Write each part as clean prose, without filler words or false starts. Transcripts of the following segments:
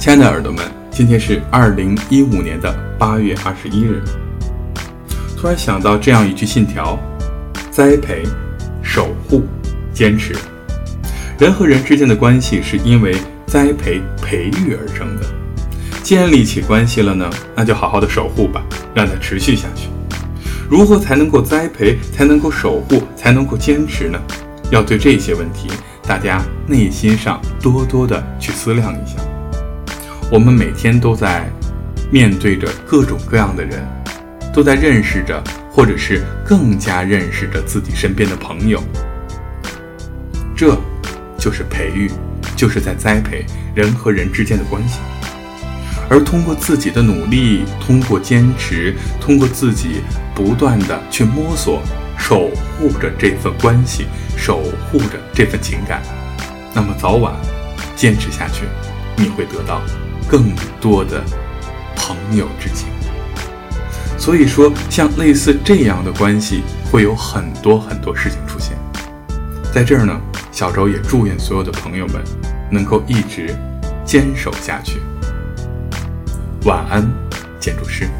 亲爱的耳朵们，今天是2015年的8月21日。突然想到这样一句信条：栽培、守护、坚持。人和人之间的关系是因为栽培、培育而生的。建立起关系了呢，那就好好的守护吧，让它持续下去。如何才能够栽培，才能够守护，才能够坚持呢？要对这些问题，大家内心上多多的去思量一下。我们每天都在面对着各种各样的人，都在认识着，或者是更加认识着自己身边的朋友。这就是培育，就是在栽培人和人之间的关系。而通过自己的努力，通过坚持，通过自己不断的去摸索，守护着这份关系，守护着这份情感，那么早晚坚持下去，你会得到更多的朋友之情。所以说，像类似这样的关系会有很多很多事情出现。在这儿呢，小周也祝愿所有的朋友们能够一直坚守下去。晚安，建筑师。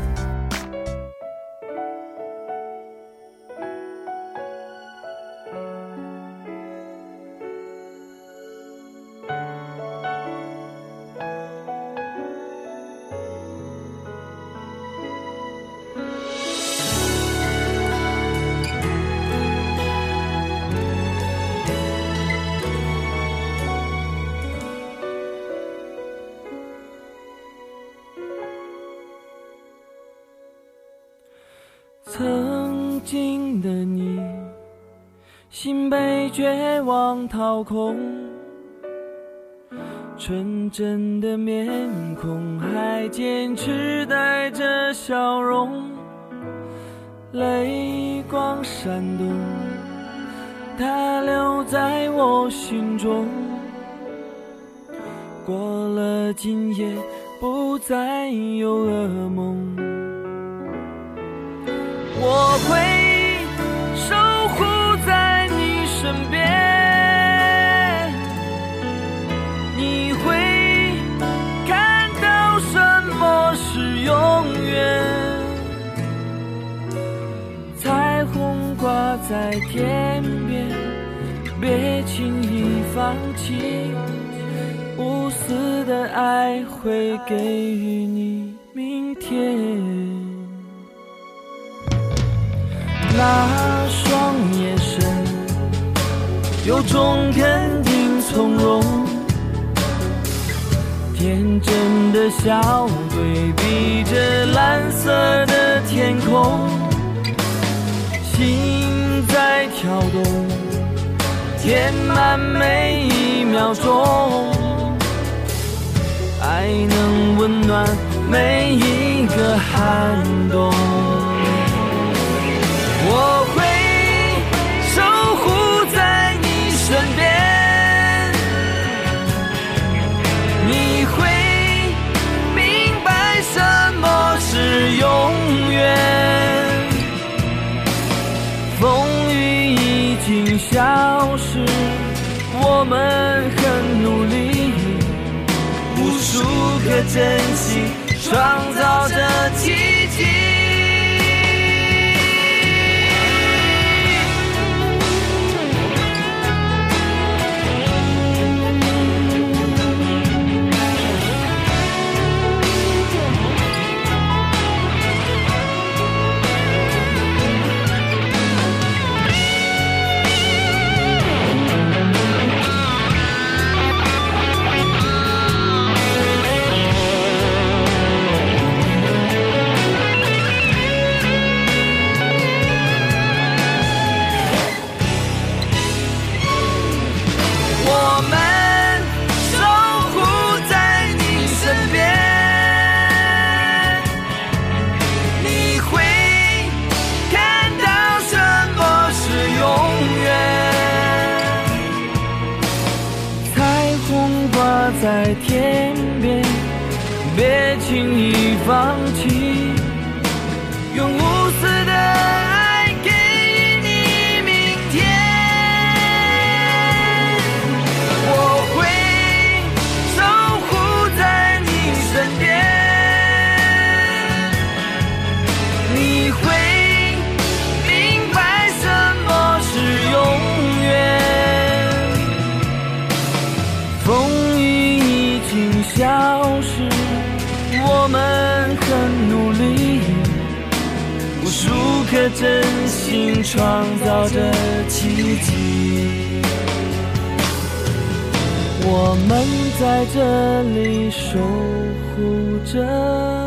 曾经的你，心被绝望掏空，纯真的面孔还坚持带着笑容，泪光闪动，它留在我心中，过了今夜不再有噩梦。我会守护在你身边，你会看到什么是永远。彩虹挂在天边，别轻易放弃，无私的爱会给予你明天。那双眼神有种肯定从容，天真的笑对比着蓝色的天空，心在跳动，填满每一秒钟，爱能温暖每一个寒冬。我会守护在你身边，你会明白什么是永远。风雨已经消失，我们很努力，无数颗真心创造着奇迹。在天边，别轻易放弃，用无私的爱给予你明天。我会守护在你的真心创造着奇迹。我们在这里守护着